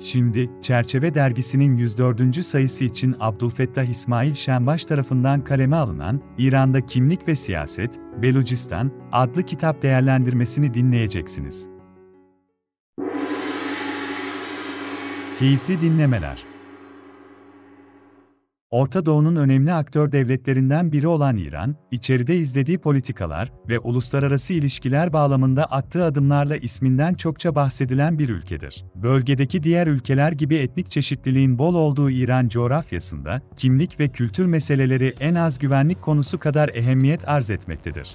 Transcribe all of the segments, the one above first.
Şimdi, Çerçeve dergisinin 104. sayısı için Abdülfettah İsmail Şenbaş tarafından kaleme alınan "İran'da Kimlik ve Siyaset, Belucistan" adlı kitap değerlendirmesini dinleyeceksiniz. Keyifli dinlemeler. Orta Doğu'nun önemli aktör devletlerinden biri olan İran, içeride izlediği politikalar ve uluslararası ilişkiler bağlamında attığı adımlarla isminden çokça bahsedilen bir ülkedir. Bölgedeki diğer ülkeler gibi etnik çeşitliliğin bol olduğu İran coğrafyasında, kimlik ve kültür meseleleri en az güvenlik konusu kadar ehemmiyet arz etmektedir.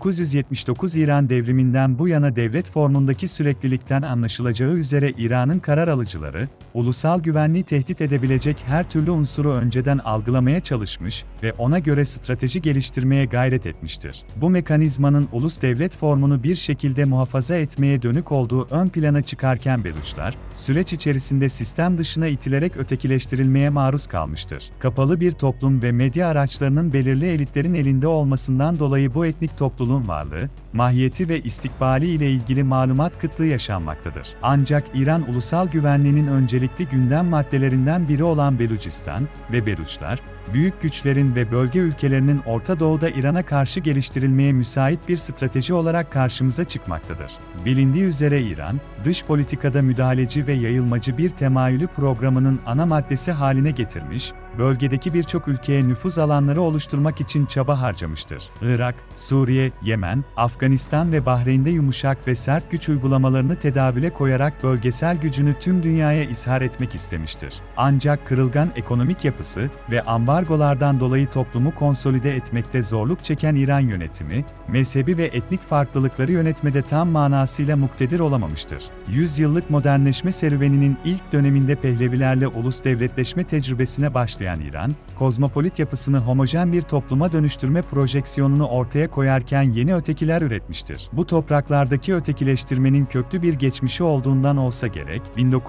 1979 İran devriminden bu yana devlet formundaki süreklilikten anlaşılacağı üzere İran'ın karar alıcıları, ulusal güvenliği tehdit edebilecek her türlü unsuru önceden algılamaya çalışmış ve ona göre strateji geliştirmeye gayret etmiştir. Bu mekanizmanın ulus devlet formunu bir şekilde muhafaza etmeye dönük olduğu ön plana çıkarken Beluçlar, süreç içerisinde sistem dışına itilerek ötekileştirilmeye maruz kalmıştır. Kapalı bir toplum ve medya araçlarının belirli elitlerin elinde olmasından dolayı bu etnik topluluğun varlığı, mahiyeti ve istikbali ile ilgili malumat kıtlığı yaşanmaktadır. Ancak İran ulusal güvenliğinin öncelikli gündem maddelerinden biri olan Belucistan ve Beluçlar, büyük güçlerin ve bölge ülkelerinin Orta Doğu'da İran'a karşı geliştirilmeye müsait bir strateji olarak karşımıza çıkmaktadır. Bilindiği üzere İran, dış politikada müdahaleci ve yayılmacı bir temayülü programının ana maddesi haline getirmiş, bölgedeki birçok ülkeye nüfuz alanları oluşturmak için çaba harcamıştır. Irak, Suriye, Yemen, Afganistan ve Bahreyn'de yumuşak ve sert güç uygulamalarını tedavüle koyarak bölgesel gücünü tüm dünyaya ishar etmek istemiştir. Ancak kırılgan ekonomik yapısı ve ambargolardan dolayı toplumu konsolide etmekte zorluk çeken İran yönetimi, mezhebi ve etnik farklılıkları yönetmede tam manasıyla muktedir olamamıştır. Yüzyıllık modernleşme serüveninin ilk döneminde Pehlevilerle ulus devletleşme tecrübesine başlayan İran, kozmopolit yapısını homojen bir topluma dönüştürme projeksiyonunu ortaya koyarken yeni ötekiler üretmiştir. Bu topraklardaki ötekileştirmenin köklü bir geçmişi olduğundan olsa gerek,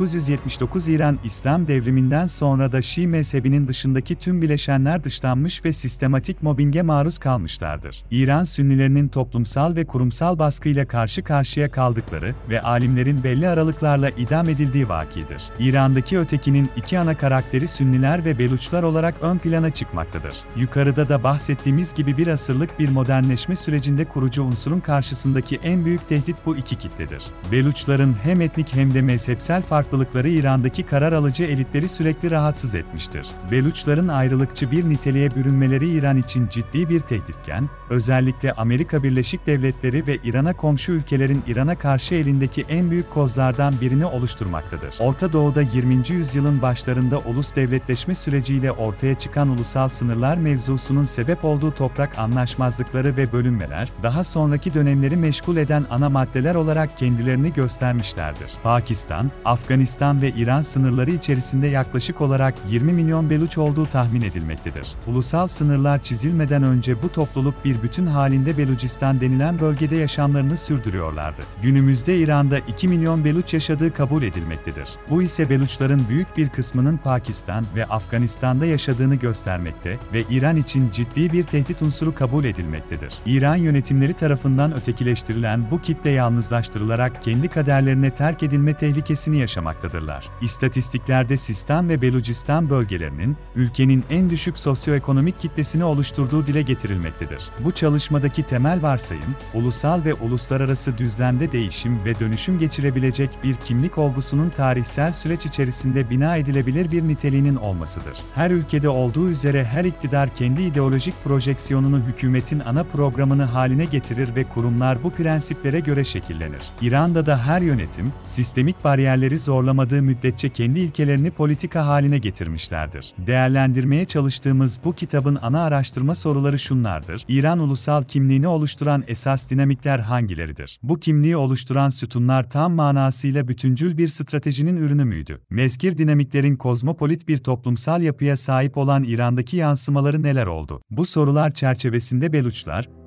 1979 İran İslam devriminden sonra da Şii mezhebinin dışındaki tüm bileşenler dışlanmış ve sistematik mobbinge maruz kalmışlardır. İran Sünnilerinin toplumsal ve kurumsal baskıyla karşı karşıya kaldıkları ve alimlerin belli aralıklarla idam edildiği vakidir. İran'daki ötekinin iki ana karakteri Sünniler ve Beluçlar olarak ön plana çıkmaktadır. Yukarıda da bahsettiğimiz gibi bir asırlık bir modernleşme sürecinde kurucu unsurun karşısındaki en büyük tehdit bu iki kitledir. Beluçların hem etnik hem de mezhepsel farklılıkları İran'daki karar alıcı elitleri sürekli rahatsız etmiştir. Beluçların ayrılıkçı bir niteliğe bürünmeleri İran için ciddi bir tehditken, özellikle Amerika Birleşik Devletleri ve İran'a komşu ülkelerin İran'a karşı elindeki en büyük kozlardan birini oluşturmaktadır. Orta Doğu'da 20. yüzyılın başlarında ulus devletleşme süreciyle ortaya çıkan ulusal sınırlar mevzusunun sebep olduğu toprak anlaşmazlıkları ve bölünmeler, daha sonraki dönemleri meşgul eden ana maddeler olarak kendilerini göstermişlerdir. Pakistan, Afganistan ve İran sınırları içerisinde yaklaşık olarak 20 milyon Beluç olduğu tahmin edilmektedir. Ulusal sınırlar çizilmeden önce bu topluluk bir bütün halinde Belucistan denilen bölgede yaşamlarını sürdürüyorlardı. Günümüzde İran'da 2 milyon Beluç yaşadığı kabul edilmektedir. Bu ise Beluçların büyük bir kısmının Pakistan ve Afganistan'da yaşadığını göstermekte ve İran için ciddi bir tehdit unsuru kabul edilmektedir. İran yönetimleri tarafından ötekileştirilen bu kitle yalnızlaştırılarak kendi kaderlerine terk edilme tehlikesini yaşamaktadırlar. İstatistiklerde Sistan ve Belucistan bölgelerinin, ülkenin en düşük sosyoekonomik kitlesini oluşturduğu dile getirilmektedir. Bu çalışmadaki temel varsayım, ulusal ve uluslararası düzlemde değişim ve dönüşüm geçirebilecek bir kimlik olgusunun tarihsel süreç içerisinde bina edilebilir bir niteliğinin olmasıdır. Her ülkede olduğu üzere her iktidar kendi ideolojik projeksiyonunu hükümetin ana programını haline getirir ve kurumlar bu prensiplere göre şekillenir. İran'da da her yönetim, sistemik bariyerleri zorlamadığı müddetçe kendi ilkelerini politika haline getirmişlerdir. Değerlendirmeye çalıştığımız bu kitabın ana araştırma soruları şunlardır: İran ulusal kimliğini oluşturan esas dinamikler hangileridir? Bu kimliği oluşturan sütunlar tam manasıyla bütüncül bir stratejinin ürünü müydü? Mezgir dinamiklerin kozmopolit bir toplumsal yapıya sahip olan İran'daki yansımaları neler oldu? Bu sorular çerçevesinde Beluçlar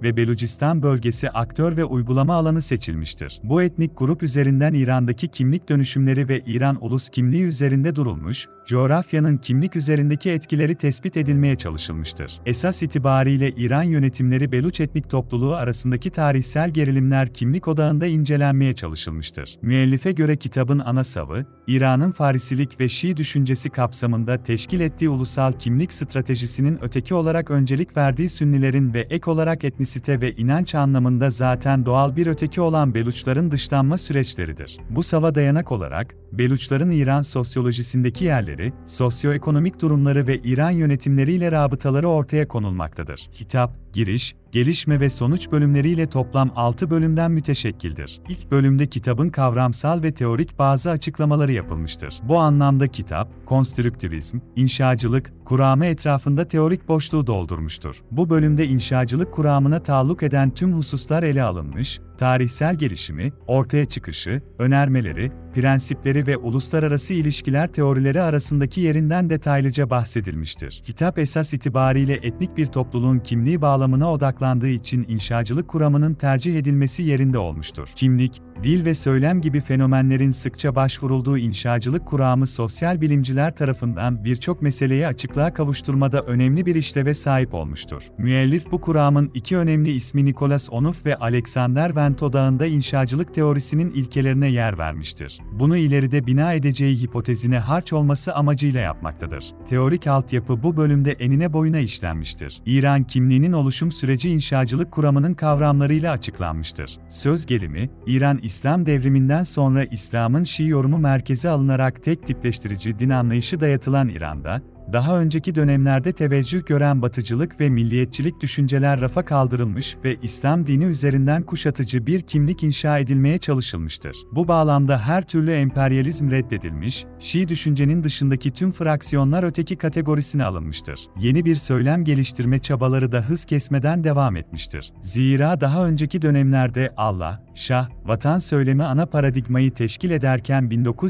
ve Belucistan bölgesi aktör ve uygulama alanı seçilmiştir. Bu etnik grup üzerinden İran'daki kimlik dönüşümleri ve İran ulus kimliği üzerinde durulmuş, coğrafyanın kimlik üzerindeki etkileri tespit edilmeye çalışılmıştır. Esas itibariyle İran yönetimleri Beluç etnik topluluğu arasındaki tarihsel gerilimler kimlik odağında incelenmeye çalışılmıştır. Müellife göre kitabın ana savı, İran'ın Farisilik ve Şii düşüncesi kapsamında teşkil ettiği ulusal kimlik stratejisinin öteki olarak öncelik verdiği Sünnilerin ve ek olarak etnisite ve inanç anlamında zaten doğal bir öteki olan Beluçların dışlanma süreçleridir. Bu sava dayanak olarak, Beluçların İran sosyolojisindeki yerleri, sosyoekonomik durumları ve İran yönetimleriyle rabıtaları ortaya konulmaktadır. Kitap, giriş, gelişme ve sonuç bölümleriyle toplam 6 bölümden müteşekkildir. İlk bölümde kitabın kavramsal ve teorik bazı açıklamaları yapılmıştır. Bu anlamda kitap, konstrüktivizm, inşacılık, kuramı etrafında teorik boşluğu doldurmuştur. Bu bölümde inşacılık kuramına taalluk eden tüm hususlar ele alınmış, tarihsel gelişimi, ortaya çıkışı, önermeleri, prensipleri ve uluslararası ilişkiler teorileri arasındaki yerinden detaylıca bahsedilmiştir. Kitap esas itibariyle etnik bir topluluğun kimliği bağlamına odaklandığı için inşacılık kuramının tercih edilmesi yerinde olmuştur. Kimlik, dil ve söylem gibi fenomenlerin sıkça başvurulduğu inşacılık kuramı sosyal bilimciler tarafından birçok meseleyi açıklığa kavuşturmada önemli bir işleve sahip olmuştur. Müellif bu kuramın iki önemli ismi Nicholas Onuf ve Alexander Vent odağında inşacılık teorisinin ilkelerine yer vermiştir. Bunu ileride bina edeceği hipotezine harç olması amacıyla yapmaktadır. Teorik altyapı bu bölümde enine boyuna işlenmiştir. İran kimliğinin oluşum süreci inşacılık kuramının kavramlarıyla açıklanmıştır. Söz gelimi, İran-İslam devriminden sonra İslam'ın Şii yorumu merkeze alınarak tek tipleştirici din anlayışı dayatılan İran'da, daha önceki dönemlerde teveccüh gören batıcılık ve milliyetçilik düşünceler rafa kaldırılmış ve İslam dini üzerinden kuşatıcı bir kimlik inşa edilmeye çalışılmıştır. Bu bağlamda her türlü emperyalizm reddedilmiş, Şii düşüncenin dışındaki tüm fraksiyonlar öteki kategorisine alınmıştır. Yeni bir söylem geliştirme çabaları da hız kesmeden devam etmiştir. Zira daha önceki dönemlerde Allah, Şah, Vatan söylemi ana paradigmayı teşkil ederken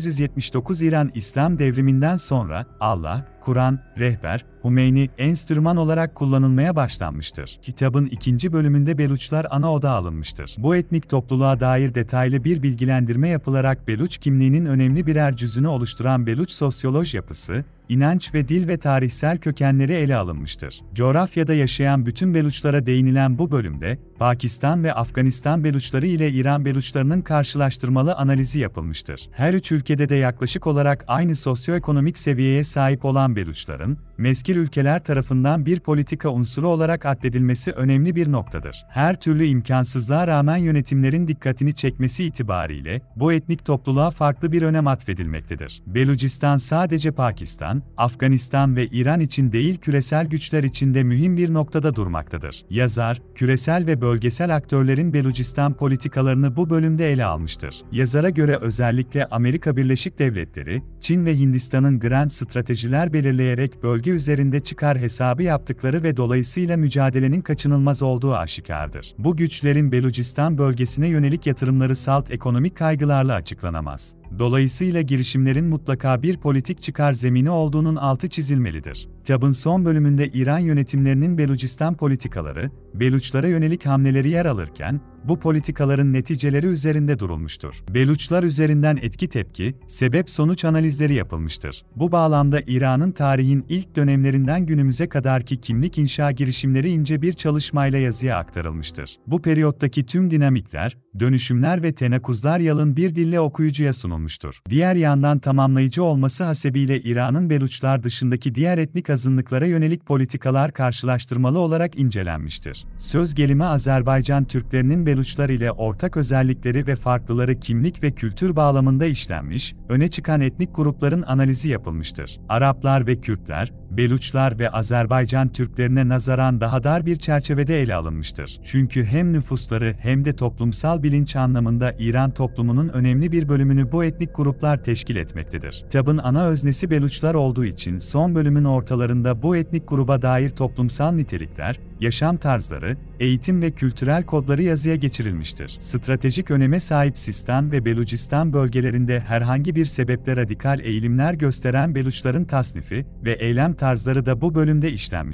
1979 İran-İslam devriminden sonra Allah, Kur'an, rehber, Hümeyni, enstrüman olarak kullanılmaya başlanmıştır. Kitabın ikinci bölümünde Beluçlar ana odağa alınmıştır. Bu etnik topluluğa dair detaylı bir bilgilendirme yapılarak Beluç kimliğinin önemli birer cüzünü oluşturan Beluç sosyoloj yapısı, inanç ve dil ve tarihsel kökenleri ele alınmıştır. Coğrafyada yaşayan bütün Beluçlara değinilen bu bölümde, Pakistan ve Afganistan Beluçları ile İran Beluçlarının karşılaştırmalı analizi yapılmıştır. Her üç ülkede de yaklaşık olarak aynı sosyoekonomik seviyeye sahip olan Beluçların, mezkir ülkeler tarafından bir politika unsuru olarak addedilmesi önemli bir noktadır. Her türlü imkansızlığa rağmen yönetimlerin dikkatini çekmesi itibariyle, bu etnik topluluğa farklı bir önem atfedilmektedir. Belucistan sadece Pakistan, Afganistan ve İran için değil küresel güçler için de mühim bir noktada durmaktadır. Yazar, küresel ve bölgesel aktörlerin Belucistan politikalarını bu bölümde ele almıştır. Yazara göre özellikle Amerika Birleşik Devletleri, Çin ve Hindistan'ın grand stratejiler belirleyerek bölge üzerinde çıkar hesabı yaptıkları ve dolayısıyla mücadelenin kaçınılmaz olduğu aşikardır. Bu güçlerin Belucistan bölgesine yönelik yatırımları salt ekonomik kaygılarla açıklanamaz. Dolayısıyla girişimlerin mutlaka bir politik çıkar zemini olduğunun altı çizilmelidir. Kitabın son bölümünde İran yönetimlerinin Belucistan politikaları, Beluçlara yönelik hamleleri yer alırken, bu politikaların neticeleri üzerinde durulmuştur. Beluçlar üzerinden etki tepki, sebep-sonuç analizleri yapılmıştır. Bu bağlamda İran'ın tarihin ilk dönemlerinden günümüze kadarki kimlik inşa girişimleri ince bir çalışmayla yazıya aktarılmıştır. Bu periyottaki tüm dinamikler, dönüşümler ve tenakuzlar yalın bir dille okuyucuya sunulmuştur. Diğer yandan tamamlayıcı olması hasebiyle İran'ın Beluçlar dışındaki diğer etnik azınlıklara yönelik politikalar karşılaştırmalı olarak incelenmiştir. Söz gelimi Azerbaycan Türklerinin Beluçlar ile ortak özellikleri ve farklıları kimlik ve kültür bağlamında işlenmiş, öne çıkan etnik grupların analizi yapılmıştır. Araplar ve Kürtler, Beluçlar ve Azerbaycan Türklerine nazaran daha dar bir çerçevede ele alınmıştır. Çünkü hem nüfusları hem de toplumsal bilinç anlamında İran toplumunun önemli bir bölümünü bu etnik gruplar teşkil etmektedir. Kitabın ana öznesi Beluçlar olduğu için son bölümün ortalarında bu etnik gruba dair toplumsal nitelikler, yaşam tarzları, eğitim ve kültürel kodları yazıya geçirilmiştir. Stratejik öneme sahip Sistan ve Belucistan bölgelerinde herhangi bir sebeple radikal eğilimler gösteren Beluçların tasnifi ve eylem tarzları da bu bölümde işlenmiştir.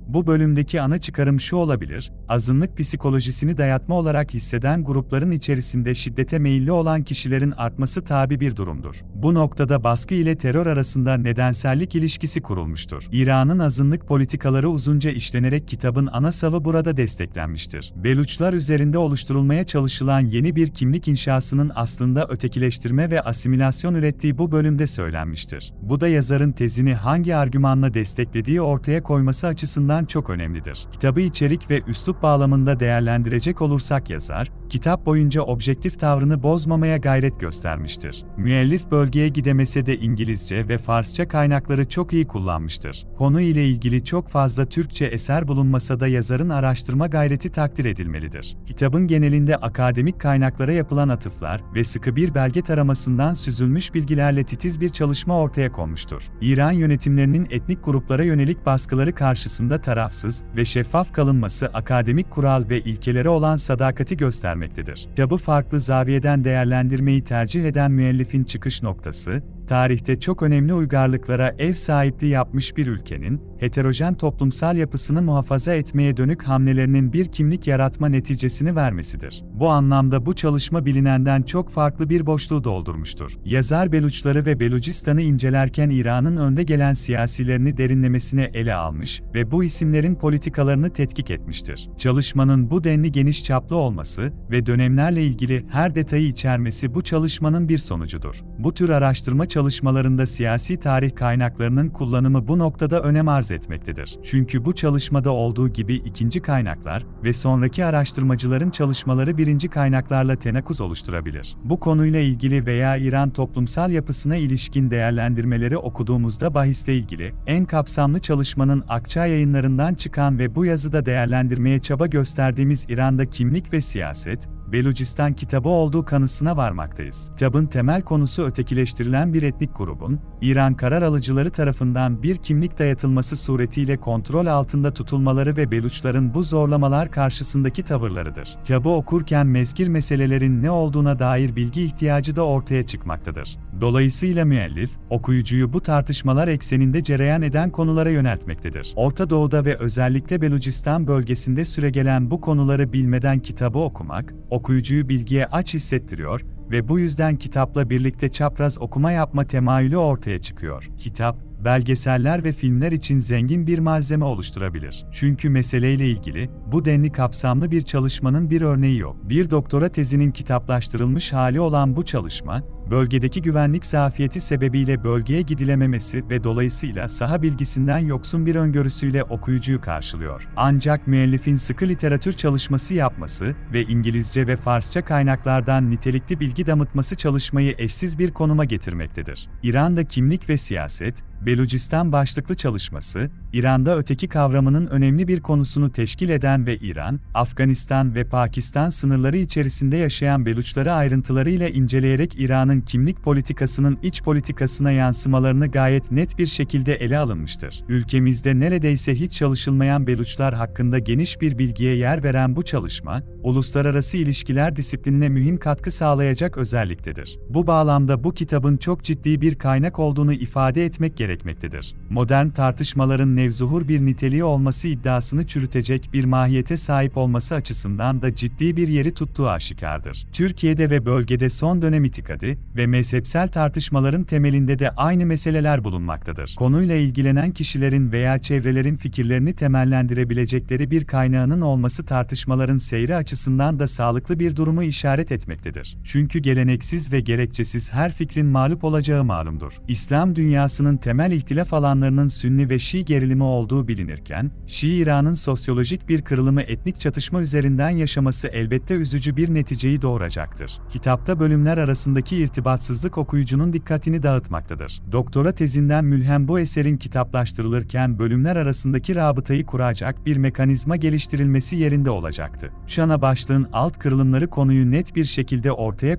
Bu bölümdeki ana çıkarım şu olabilir: azınlık psikolojisini dayatma olarak hisseden grupların içerisinde şiddete meyilli olan kişilerin artması tabii bir durumdur. Bu noktada baskı ile terör arasında nedensellik ilişkisi kurulmuştur. İran'ın azınlık politikaları uzunca işlenerek kitabın ana savı burada desteklenmiştir. Beluçlar üzerinde oluşturulmaya çalışılan yeni bir kimlik inşasının aslında ötekileştirme ve asimilasyon ürettiği bu bölümde söylenmiştir. Bu da yazarın tezini hangi argümanla desteklediği ortaya koyması açısından çok önemlidir. Kitabı içerik ve üslup bağlamında değerlendirecek olursak yazar, kitap boyunca objektif tavrını bozmamaya gayret göstermiştir. Müellif bölgeye gidemese de İngilizce ve Farsça kaynakları çok iyi kullanmıştır. Konu ile ilgili çok fazla Türkçe eser bulunmasa da yazarın araştırma gayreti takdir edilmelidir. Kitabın genelinde akademik kaynaklara yapılan atıflar ve sıkı bir belge taramasından süzülmüş bilgilerle titiz bir çalışma ortaya konmuştur. İran yönetimlerinin etnik gruplara yönelik baskıları karşısında tarafsız ve şeffaf kalınması akademik kural ve ilkelere olan sadakati göstermektedir. Kitabı farklı zaviyeden değerlendirmeyi tercih eden müellifin çıkış noktası, tarihte çok önemli uygarlıklara ev sahipliği yapmış bir ülkenin, heterojen toplumsal yapısını muhafaza etmeye dönük hamlelerinin bir kimlik yaratma neticesini vermesidir. Bu anlamda bu çalışma bilinenden çok farklı bir boşluğu doldurmuştur. Yazar Beluçları ve Belucistan'ı incelerken İran'ın önde gelen siyasilerini derinlemesine ele almış ve bu isimlerin politikalarını tetkik etmiştir. Çalışmanın bu denli geniş çaplı olması ve dönemlerle ilgili her detayı içermesi bu çalışmanın bir sonucudur. Bu tür araştırma çalışmalarında siyasi tarih kaynaklarının kullanımı bu noktada önem arz etmektedir. Çünkü bu çalışmada olduğu gibi ikinci kaynaklar ve sonraki araştırmacıların çalışmaları birinci kaynaklarla tenakuz oluşturabilir. Bu konuyla ilgili veya İran toplumsal yapısına ilişkin değerlendirmeleri okuduğumuzda bahisle ilgili en kapsamlı çalışmanın Akça Yayınlarından çıkan ve bu yazıda değerlendirmeye çaba gösterdiğimiz İran'da Kimlik ve Siyaset, Belucistan kitabı olduğu kanısına varmaktayız. Kitabın temel konusu ötekileştirilen bir etnik grubun, İran karar alıcıları tarafından bir kimlik dayatılması suretiyle kontrol altında tutulmaları ve Beluçların bu zorlamalar karşısındaki tavırlarıdır. Kitabı okurken mezkir meselelerin ne olduğuna dair bilgi ihtiyacı da ortaya çıkmaktadır. Dolayısıyla müellif, okuyucuyu bu tartışmalar ekseninde cereyan eden konulara yöneltmektedir. Orta Doğu'da ve özellikle Belucistan bölgesinde süregelen bu konuları bilmeden kitabı okumak, okuyucuyu bilgiye aç hissettiriyor ve bu yüzden kitapla birlikte çapraz okuma yapma temayülü ortaya çıkıyor. Kitap, belgeseller ve filmler için zengin bir malzeme oluşturabilir. Çünkü meseleyle ilgili bu denli kapsamlı bir çalışmanın bir örneği yok. Bir doktora tezinin kitaplaştırılmış hali olan bu çalışma, bölgedeki güvenlik zafiyeti sebebiyle bölgeye gidilememesi ve dolayısıyla saha bilgisinden yoksun bir öngörüsüyle okuyucuyu karşılıyor. Ancak müellifin sıkı literatür çalışması yapması ve İngilizce ve Farsça kaynaklardan nitelikli bilgi damıtması çalışmayı eşsiz bir konuma getirmektedir. İran'da Kimlik ve Siyaset, Belucistan başlıklı çalışması, İran'da öteki kavramının önemli bir konusunu teşkil eden ve İran, Afganistan ve Pakistan sınırları içerisinde yaşayan Beluçları ayrıntılarıyla inceleyerek İran'ın kimlik politikasının iç politikasına yansımalarını gayet net bir şekilde ele alınmıştır. Ülkemizde neredeyse hiç çalışılmayan Beluçlar hakkında geniş bir bilgiye yer veren bu çalışma, uluslararası ilişkiler disiplinine mühim katkı sağlayacak özelliktedir. Bu bağlamda bu kitabın çok ciddi bir kaynak olduğunu ifade etmek gerekmektedir. Modern tartışmaların nevzuhur bir niteliği olması iddiasını çürütecek bir mahiyete sahip olması açısından da ciddi bir yeri tuttuğu aşikardır. Türkiye'de ve bölgede son dönem itikadi ve mezhepsel tartışmaların temelinde de aynı meseleler bulunmaktadır. Konuyla ilgilenen kişilerin veya çevrelerin fikirlerini temellendirebilecekleri bir kaynağının olması tartışmaların seyri açısından da sağlıklı bir durumu işaret etmektedir. Çünkü geleneksiz ve gerekçesiz her fikrin mağlup olacağı malumdur. İslam dünyasının temel ihtilaf alanlarının Sünni ve Şii gerilimi olduğu bilinirken, Şii İran'ın sosyolojik bir kırılımı etnik çatışma üzerinden yaşaması elbette üzücü bir neticeyi doğuracaktır. Kitapta bölümler arasındaki irtibatsızlık okuyucunun dikkatini dağıtmaktadır. Doktora tezinden mülhem bu eserin kitaplaştırılırken bölümler arasındaki rabıtayı kuracak bir mekanizma geliştirilmesi yerinde olacaktı. Şana başlığın alt kırılımları konuyu net bir şekilde ortaya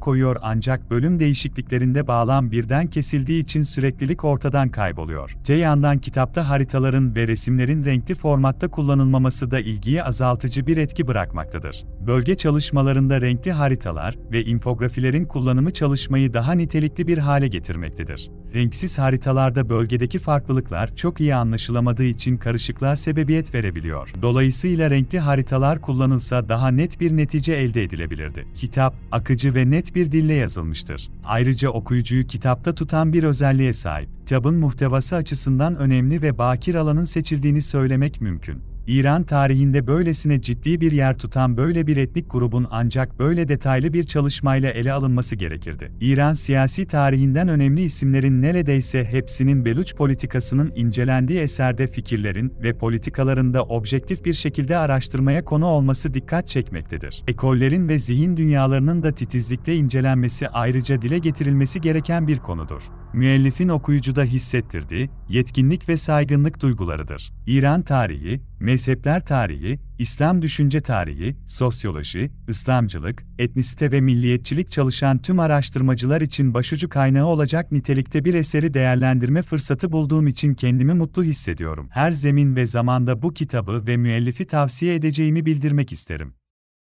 koyuyor ancak bölüm değişikliklerinde bağlam birden kesildiği için süreklilik ortadan kayboluyor. Öte yandan kitapta haritaların ve resimlerin renkli formatta kullanılmaması da ilgiyi azaltıcı bir etki bırakmaktadır. Bölge çalışmalarında renkli haritalar ve infografilerin kullanımı çalışmayı daha nitelikli bir hale getirmektedir. Renksiz haritalarda bölgedeki farklılıklar çok iyi anlaşılamadığı için karışıklığa sebebiyet verebiliyor. Dolayısıyla renkli haritalar kullanılsa daha net bir netice elde edilebilirdi. Kitap, akıcı ve net bir dille yazılmıştır. Ayrıca okuyucuyu kitapta tutan bir özelliğe sahip. Kitabın muhtevası açısından önemli ve bakir alanın seçildiğini söylemek mümkün. İran tarihinde böylesine ciddi bir yer tutan böyle bir etnik grubun ancak böyle detaylı bir çalışmayla ele alınması gerekirdi. İran siyasi tarihinden önemli isimlerin neredeyse hepsinin Beluç politikasının incelendiği eserde fikirlerin ve politikalarında objektif bir şekilde araştırmaya konu olması dikkat çekmektedir. Ekollerin ve zihin dünyalarının da titizlikle incelenmesi ayrıca dile getirilmesi gereken bir konudur. Müellifin okuyucuda hissettirdiği yetkinlik ve saygınlık duygularıdır. İran tarihi, mezhepler tarihi, İslam düşünce tarihi, sosyoloji, İslamcılık, etnisite ve milliyetçilik çalışan tüm araştırmacılar için başucu kaynağı olacak nitelikte bir eseri değerlendirme fırsatı bulduğum için kendimi mutlu hissediyorum. Her zemin ve zamanda bu kitabı ve müellifi tavsiye edeceğimi bildirmek isterim.